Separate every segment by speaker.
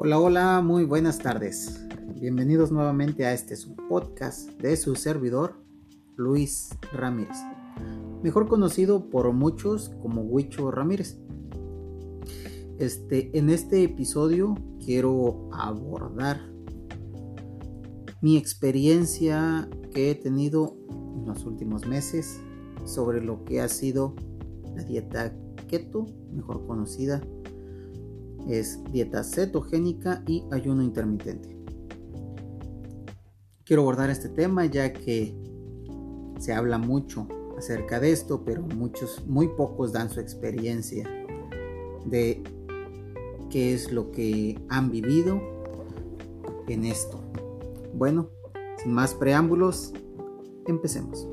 Speaker 1: Hola, hola, muy buenas tardes. Bienvenidos nuevamente a su podcast de su servidor, Luis Ramírez, mejor conocido por muchos como Huicho Ramírez. En este episodio quiero abordar mi experiencia que he tenido en los últimos meses sobre lo que ha sido la dieta keto, mejor conocida es dieta cetogénica y ayuno intermitente. Quiero abordar este tema ya que se habla mucho acerca de esto, pero muy pocos dan su experiencia de qué es lo que han vivido en esto. Bueno, sin más preámbulos, empecemos.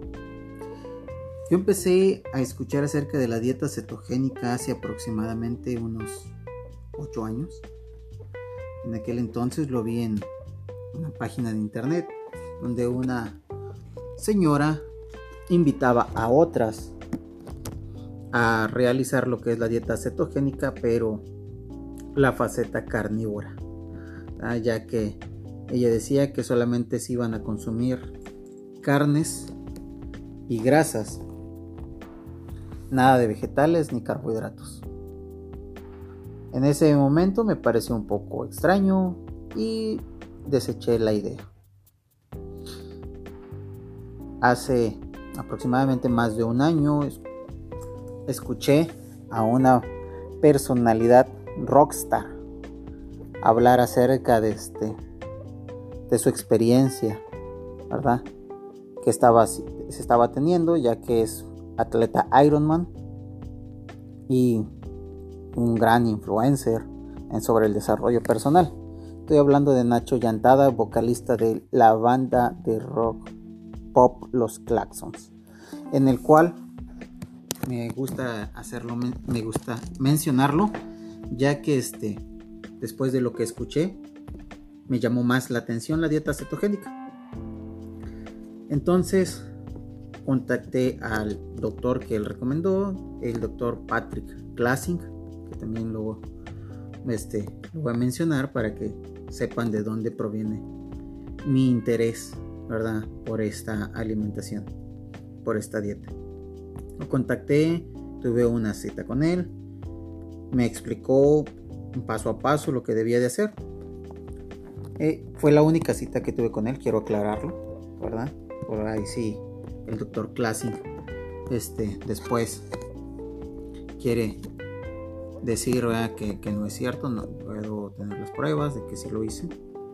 Speaker 1: Yo empecé a escuchar acerca de la dieta cetogénica hace aproximadamente unos 8 años. En aquel entonces lo vi en una página de internet donde una señora invitaba a otras a realizar lo que es la dieta cetogénica, pero la faceta carnívora, ya que ella decía que solamente se iban a consumir carnes y grasas, nada de vegetales ni carbohidratos. En ese momento me pareció un poco extraño y deseché la idea. Hace aproximadamente más de un año escuché a una personalidad rockstar hablar acerca de su experiencia, ¿verdad? Que se estaba teniendo, ya que es atleta Ironman y un gran influencer sobre el desarrollo personal. Estoy hablando de Nacho Llantada, vocalista de la banda de rock pop Los Claxons, en el cual me gusta mencionarlo, ya que después de lo que escuché me llamó más la atención la dieta cetogénica. Entonces contacté al doctor que él recomendó, el doctor Patrick Classing, que también lo voy a mencionar para que sepan de dónde proviene mi interés, ¿verdad?, por esta alimentación, por esta dieta. Lo contacté, tuve una cita con él, me explicó paso a paso lo que debía de hacer. Fue la única cita que tuve con él, quiero aclararlo, ¿verdad? Por ahí sí, el doctor Classing después quiere decir, ¿verdad?, que no es cierto. No puedo tener las pruebas de que sí lo hice.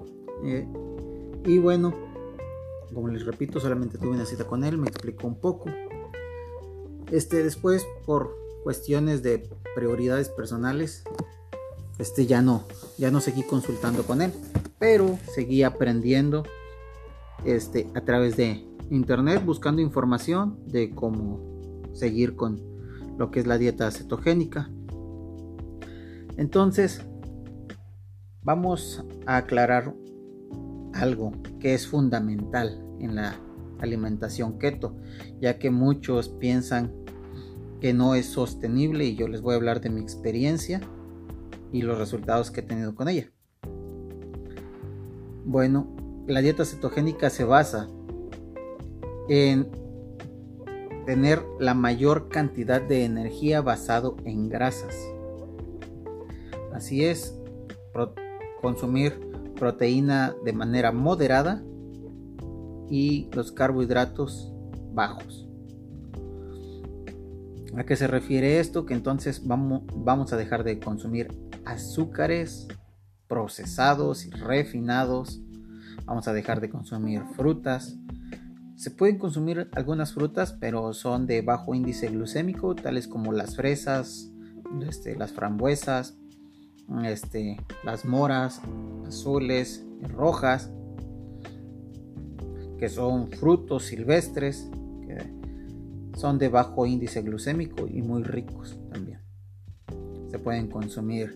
Speaker 1: Y bueno, como les repito, solamente tuve una cita con él, me explicó un poco. Después, por cuestiones de prioridades personales, ya no seguí consultando con él, pero seguí aprendiendo a través de internet, buscando información de cómo seguir con lo que es la dieta cetogénica. Entonces, vamos a aclarar algo que es fundamental en la alimentación keto, ya que muchos piensan que no es sostenible, y yo les voy a hablar de mi experiencia y los resultados que he tenido con ella. Bueno, la dieta cetogénica se basa en tener la mayor cantidad de energía basado en grasas. Así es, consumir proteína de manera moderada y los carbohidratos bajos. ¿A qué se refiere esto? Que entonces vamos a dejar de consumir azúcares procesados y refinados. Vamos a dejar de consumir frutas. Se pueden consumir algunas frutas, pero son de bajo índice glucémico, tales como las fresas, las frambuesas, las moras azules, rojas, que son frutos silvestres, que son de bajo índice glucémico y muy ricos también. Se pueden consumir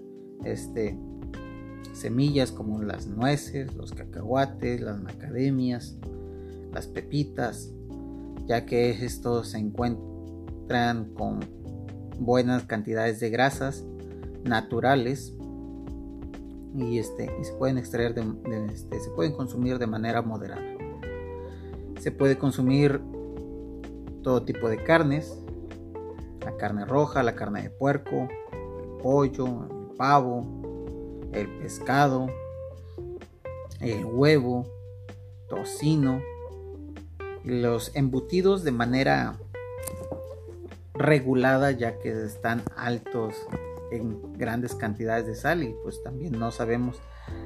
Speaker 1: semillas como las nueces, los cacahuates, las macadamias, las pepitas, ya que estos se encuentran con buenas cantidades de grasas naturales y se pueden extraer se pueden consumir de manera moderada. Se puede consumir todo tipo de carnes, la carne roja, la carne de puerco, el pollo, el pavo, el pescado, el huevo, tocino, los embutidos de manera regulada, ya que están altos en grandes cantidades de sal y pues también no sabemos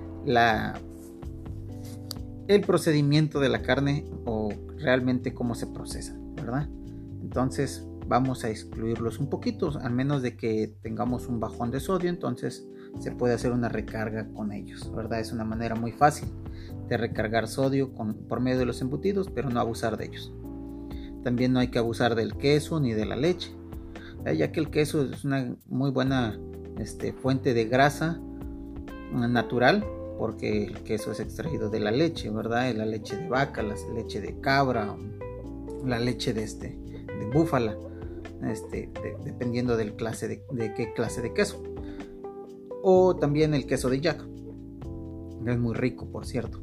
Speaker 1: el procedimiento de la carne o realmente cómo se procesa, ¿verdad? Entonces vamos a excluirlos un poquito, al menos de que tengamos un bajón de sodio, entonces se puede hacer una recarga con ellos, ¿verdad? Es una manera muy fácil de recargar sodio por medio de los embutidos, pero no abusar de ellos. También no hay que abusar del queso ni de la leche, ya que el queso es una muy buena fuente de grasa natural, porque el queso es extraído de la leche, ¿verdad? La leche de vaca, la leche de cabra, la leche de búfala, dependiendo de qué clase de queso. O también el queso de yak, es muy rico, por cierto.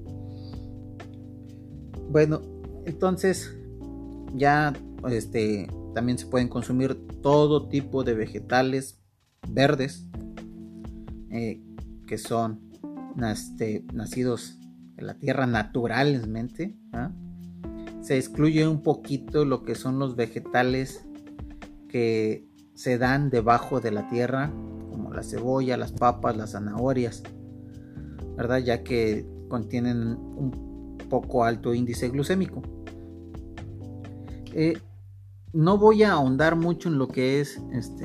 Speaker 1: Bueno, entonces ya también se pueden consumir todo tipo de vegetales verdes que son nacidos en la tierra naturalmente, ¿eh? Se excluye un poquito lo que son los vegetales que se dan debajo de la tierra, como la cebolla, las papas, las zanahorias, ¿verdad? Ya que contienen un poco alto índice glucémico. No voy a ahondar mucho en lo que es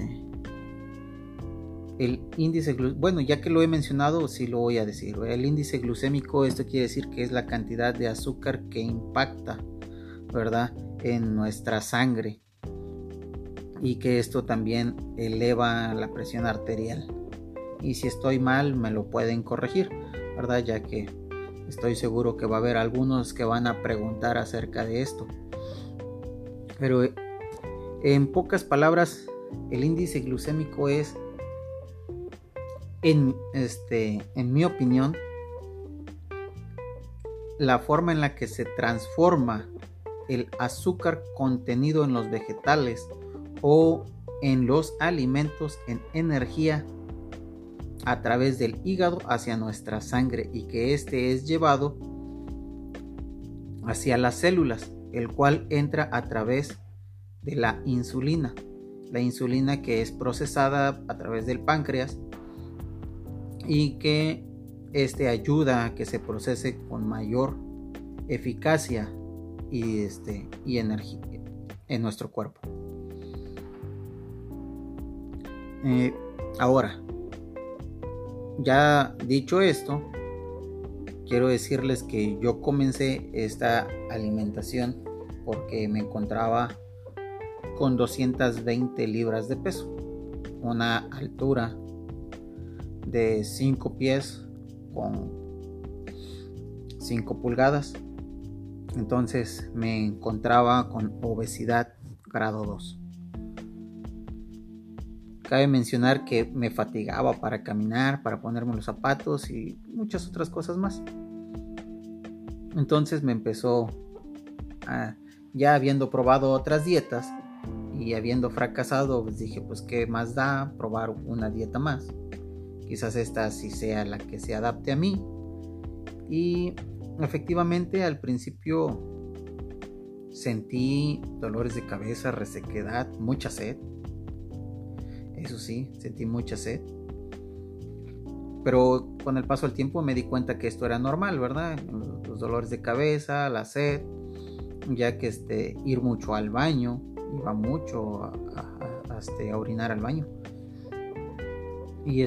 Speaker 1: el índice glucémico. Bueno, ya que lo he mencionado, sí lo voy a decir. El índice glucémico, esto quiere decir que es la cantidad de azúcar que impacta, ¿verdad?, en nuestra sangre, y que esto también eleva la presión arterial. Y si estoy mal, me lo pueden corregir, ¿verdad? Ya que estoy seguro que va a haber algunos que van a preguntar acerca de esto. Pero en pocas palabras, el índice glucémico es, en mi opinión, la forma en la que se transforma el azúcar contenido en los vegetales o en los alimentos en energía a través del hígado hacia nuestra sangre, y que es llevado hacia las células, el cual entra a través de la insulina que es procesada a través del páncreas, y que ayuda a que se procese con mayor eficacia y energía en nuestro cuerpo. Ahora, ya dicho esto, quiero decirles que yo comencé esta alimentación porque me encontraba con 220 libras de peso, una altura de 5 pies con 5 pulgadas. Entonces me encontraba con obesidad grado 2. Cabe mencionar que me fatigaba para caminar, para ponerme los zapatos y muchas otras cosas más. Entonces me empezó ya habiendo probado otras dietas y habiendo fracasado, pues dije, pues qué más da probar una dieta más. Quizás esta sí sea la que se adapte a mí. Y efectivamente al principio sentí dolores de cabeza, resequedad, mucha sed. Eso sí, sentí mucha sed. Pero con el paso del tiempo me di cuenta que esto era normal, ¿verdad? Los dolores de cabeza, la sed, ya que ir mucho al baño, iba mucho a orinar al baño. Y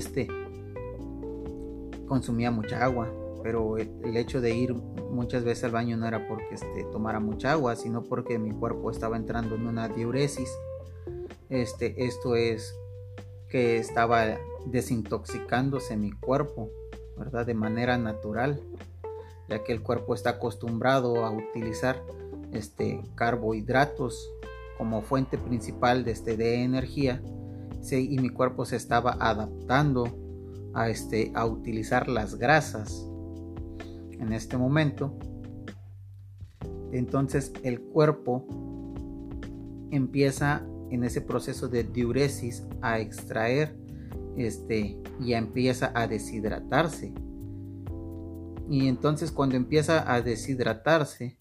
Speaker 1: consumía mucha agua, pero el hecho de ir muchas veces al baño no era porque tomara mucha agua, sino porque mi cuerpo estaba entrando en una diuresis. Esto es que estaba desintoxicándose mi cuerpo, ¿verdad?, de manera natural, ya que el cuerpo está acostumbrado a utilizar carbohidratos como fuente principal de energía, y mi cuerpo se estaba adaptando a utilizar las grasas en este momento, entonces el cuerpo empieza en ese proceso de diuresis a extraer y empieza a deshidratarse. Y entonces cuando empieza a deshidratarse,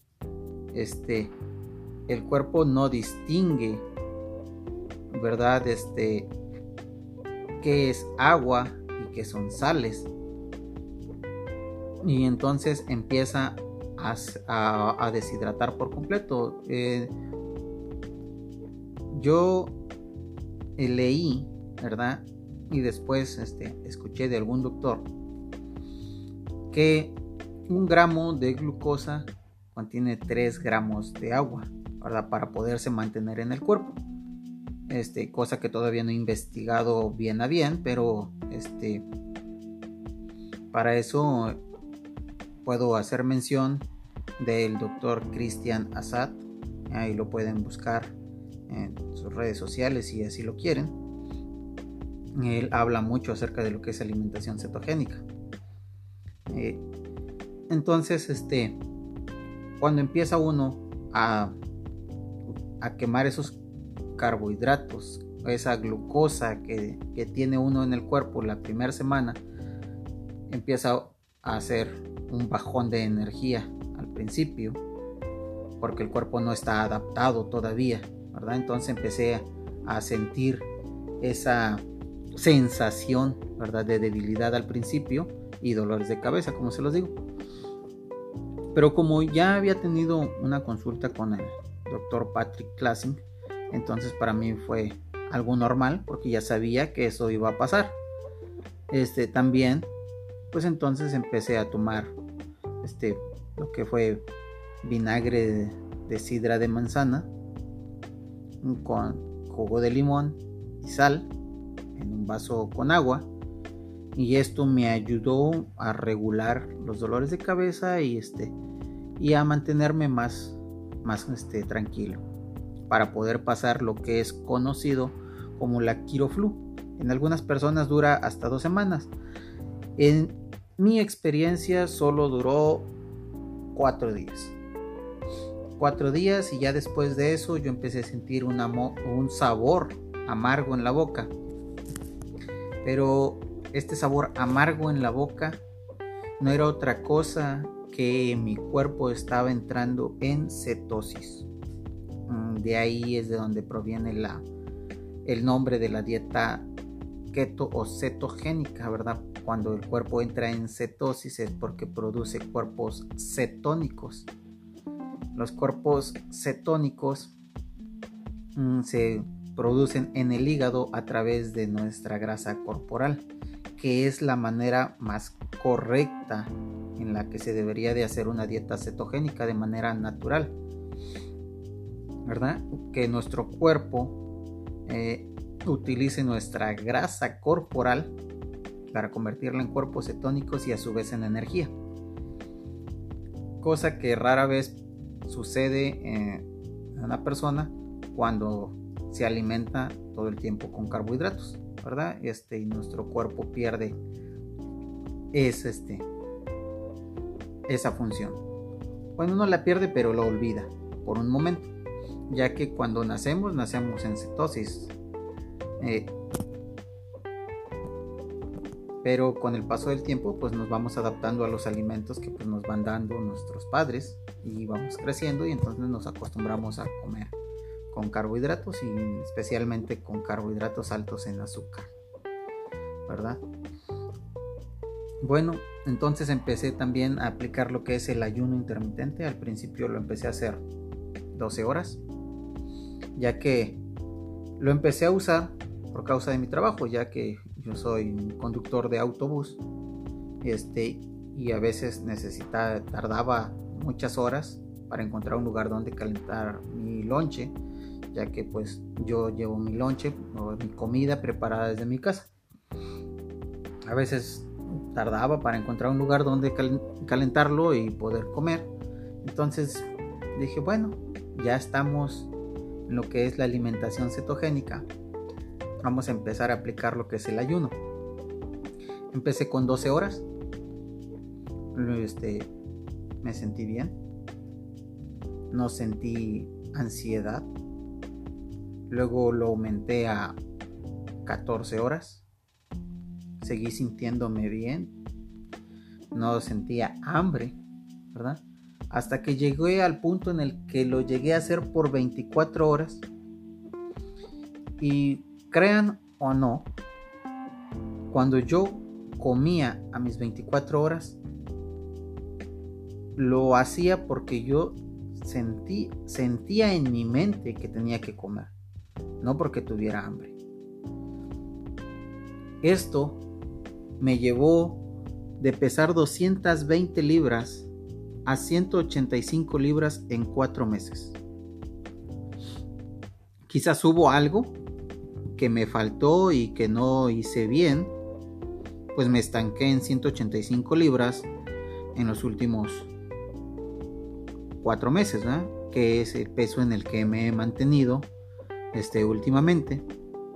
Speaker 1: el cuerpo no distingue, ¿verdad? Qué es agua y qué son sales. Y entonces empieza a deshidratar por completo. Yo leí, ¿verdad? Y después escuché de algún doctor que 1 gramo de glucosa contiene 3 gramos de agua, ¿verdad? Para poderse mantener en el cuerpo. Cosa que todavía no he investigado bien a bien, pero para eso puedo hacer mención del doctor Christian Assad. Ahí lo pueden buscar en sus redes sociales si así lo quieren. Él habla mucho acerca de lo que es alimentación cetogénica. Entonces, cuando empieza uno a quemar esos carbohidratos, esa glucosa que tiene uno en el cuerpo la primera semana, empieza a hacer un bajón de energía al principio, porque el cuerpo no está adaptado todavía, ¿verdad? Entonces empecé a sentir esa sensación, ¿verdad?, de debilidad al principio y dolores de cabeza, como se los digo. Pero como ya había tenido una consulta con el doctor Patrick Classing, entonces para mí fue algo normal, porque ya sabía que eso iba a pasar. También, pues entonces empecé a tomar lo que fue vinagre de sidra de manzana con jugo de limón y sal en un vaso con agua, y esto me ayudó a regular los dolores de cabeza y a mantenerme más tranquilo, para poder pasar lo que es conocido como la Quiroflu. En algunas personas dura hasta 2 semanas. En mi experiencia solo duró 4 días. 4 días, y ya después de eso yo empecé a sentir un sabor amargo en la boca. Pero este sabor amargo en la boca no era otra cosa que mi cuerpo estaba entrando en cetosis. De ahí es de donde proviene el nombre de la dieta keto o cetogénica, ¿verdad? Cuando el cuerpo entra en cetosis es porque produce cuerpos cetónicos. Los cuerpos cetónicos se producen en el hígado a través de nuestra grasa corporal, que es la manera más correcta en la que se debería de hacer una dieta cetogénica de manera natural, ¿verdad? Que nuestro cuerpo utilice nuestra grasa corporal para convertirla en cuerpos cetónicos y a su vez en energía, cosa que rara vez sucede en una persona cuando se alimenta todo el tiempo con carbohidratos, ¿verdad? Y nuestro cuerpo pierde esa función. Bueno, no la pierde, pero lo olvida por un momento, ya que cuando nacemos en cetosis, pero con el paso del tiempo pues nos vamos adaptando a los alimentos que pues, nos van dando nuestros padres, y vamos creciendo, y entonces nos acostumbramos a comer con carbohidratos, y especialmente con carbohidratos altos en azúcar, ¿verdad? Bueno, entonces empecé también a aplicar lo que es el ayuno intermitente. Al principio lo empecé a hacer 12 horas, ya que lo empecé a usar por causa de mi trabajo, ya que yo soy un conductor de autobús, y a veces tardaba muchas horas para encontrar un lugar donde calentar mi lonche, ya que pues yo llevo mi lonche o mi comida preparada desde mi casa. A veces tardaba para encontrar un lugar donde calentarlo y poder comer. Entonces dije, bueno, ya estamos en lo que es la alimentación cetogénica, vamos a empezar a aplicar lo que es el ayuno. Empecé con 12 horas. Me sentí bien. No sentí ansiedad. Luego lo aumenté a 14 horas. Seguí sintiéndome bien. No sentía hambre, ¿verdad? Hasta que llegué al punto en el que lo llegué a hacer por 24 horas. Y crean o no, cuando yo comía a mis 24 horas, lo hacía porque yo sentía en mi mente que tenía que comer, no porque tuviera hambre. Esto me llevó de pesar 220 libras a 185 libras en 4 meses. Quizás hubo algo que me faltó y que no hice bien, pues me estanqué en 185 libras en los últimos 4 meses, ¿verdad? Que es el peso en el que me he mantenido últimamente.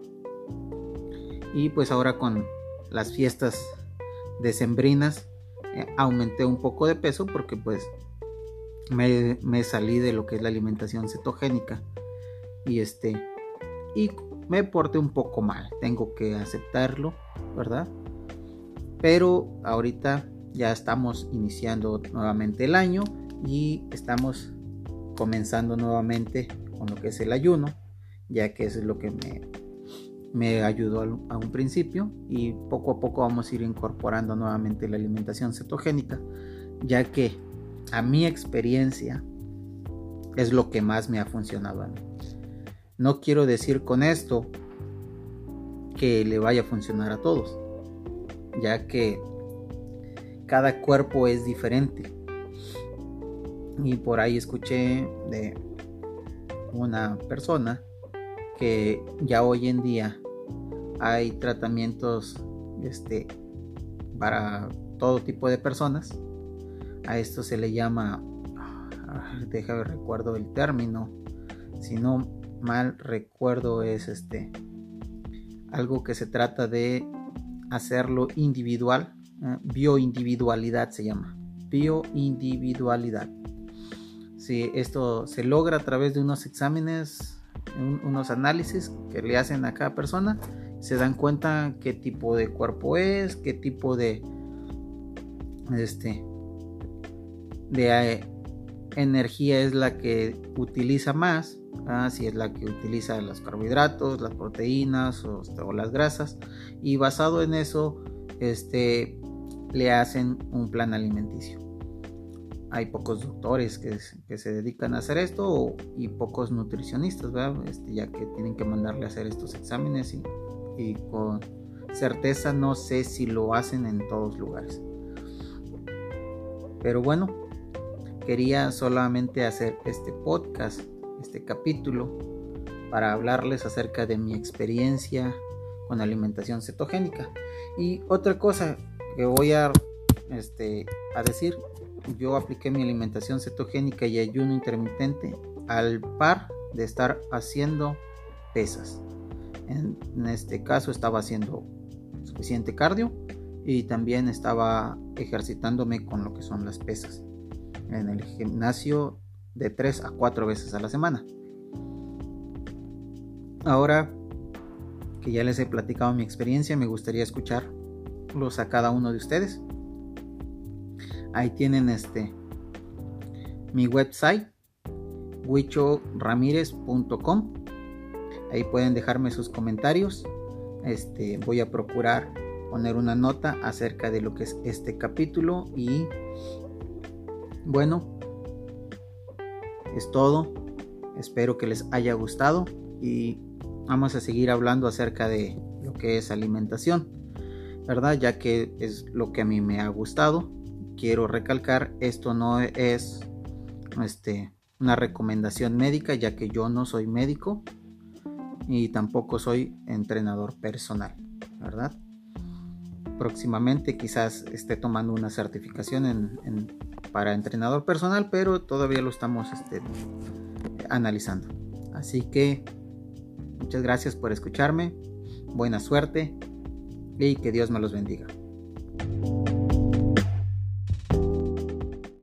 Speaker 1: Y pues ahora con las fiestas decembrinas aumenté un poco de peso porque pues me salí de lo que es la alimentación cetogénica y me porté un poco mal, tengo que aceptarlo, ¿verdad? Pero ahorita ya estamos iniciando nuevamente el año y estamos comenzando nuevamente con lo que es el ayuno, ya que eso es lo que me ayudó a un principio, y poco a poco vamos a ir incorporando nuevamente la alimentación cetogénica, ya que a mi experiencia es lo que más me ha funcionado a mí. No quiero decir con esto que le vaya a funcionar a todos, ya que cada cuerpo es diferente. Y por ahí escuché de una persona que ya hoy en día hay tratamientos para todo tipo de personas. A esto se le llama, déjame recuerdo el término, si no mal recuerdo es algo que se trata de hacerlo individual, bioindividualidad se llama, bioindividualidad. Sí, esto se logra a través de unos exámenes, unos análisis que le hacen a cada persona. Se dan cuenta qué tipo de cuerpo es, qué tipo de energía es la que utiliza más, si es la que utiliza los carbohidratos, las proteínas o las grasas, y basado en eso le hacen un plan alimenticio. Hay pocos doctores que se dedican a hacer esto y pocos nutricionistas, ¿verdad? Ya que tienen que mandarle a hacer estos exámenes y con certeza no sé si lo hacen en todos lugares. Pero bueno, quería solamente hacer este podcast, este capítulo, para hablarles acerca de mi experiencia con alimentación cetogénica. Y otra cosa que voy a decir, yo apliqué mi alimentación cetogénica y ayuno intermitente al par de estar haciendo pesas. En este caso estaba haciendo suficiente cardio y también estaba ejercitándome con lo que son las pesas en el gimnasio de 3 a 4 veces a la semana. Ahora que ya les he platicado mi experiencia, me gustaría escucharlos a cada uno de ustedes. Ahí tienen mi website, huichoramirez.com. Ahí pueden dejarme sus comentarios. Voy a procurar poner una nota acerca de lo que es este capítulo. Y bueno, es todo. Espero que les haya gustado y vamos a seguir hablando acerca de lo que es alimentación, ¿verdad? Ya que es lo que a mí me ha gustado. Quiero recalcar, esto no es una recomendación médica, ya que yo no soy médico y tampoco soy entrenador personal, ¿verdad? Próximamente quizás esté tomando una certificación para entrenador personal, pero todavía lo estamos analizando. Así que muchas gracias por escucharme, buena suerte y que Dios me los bendiga.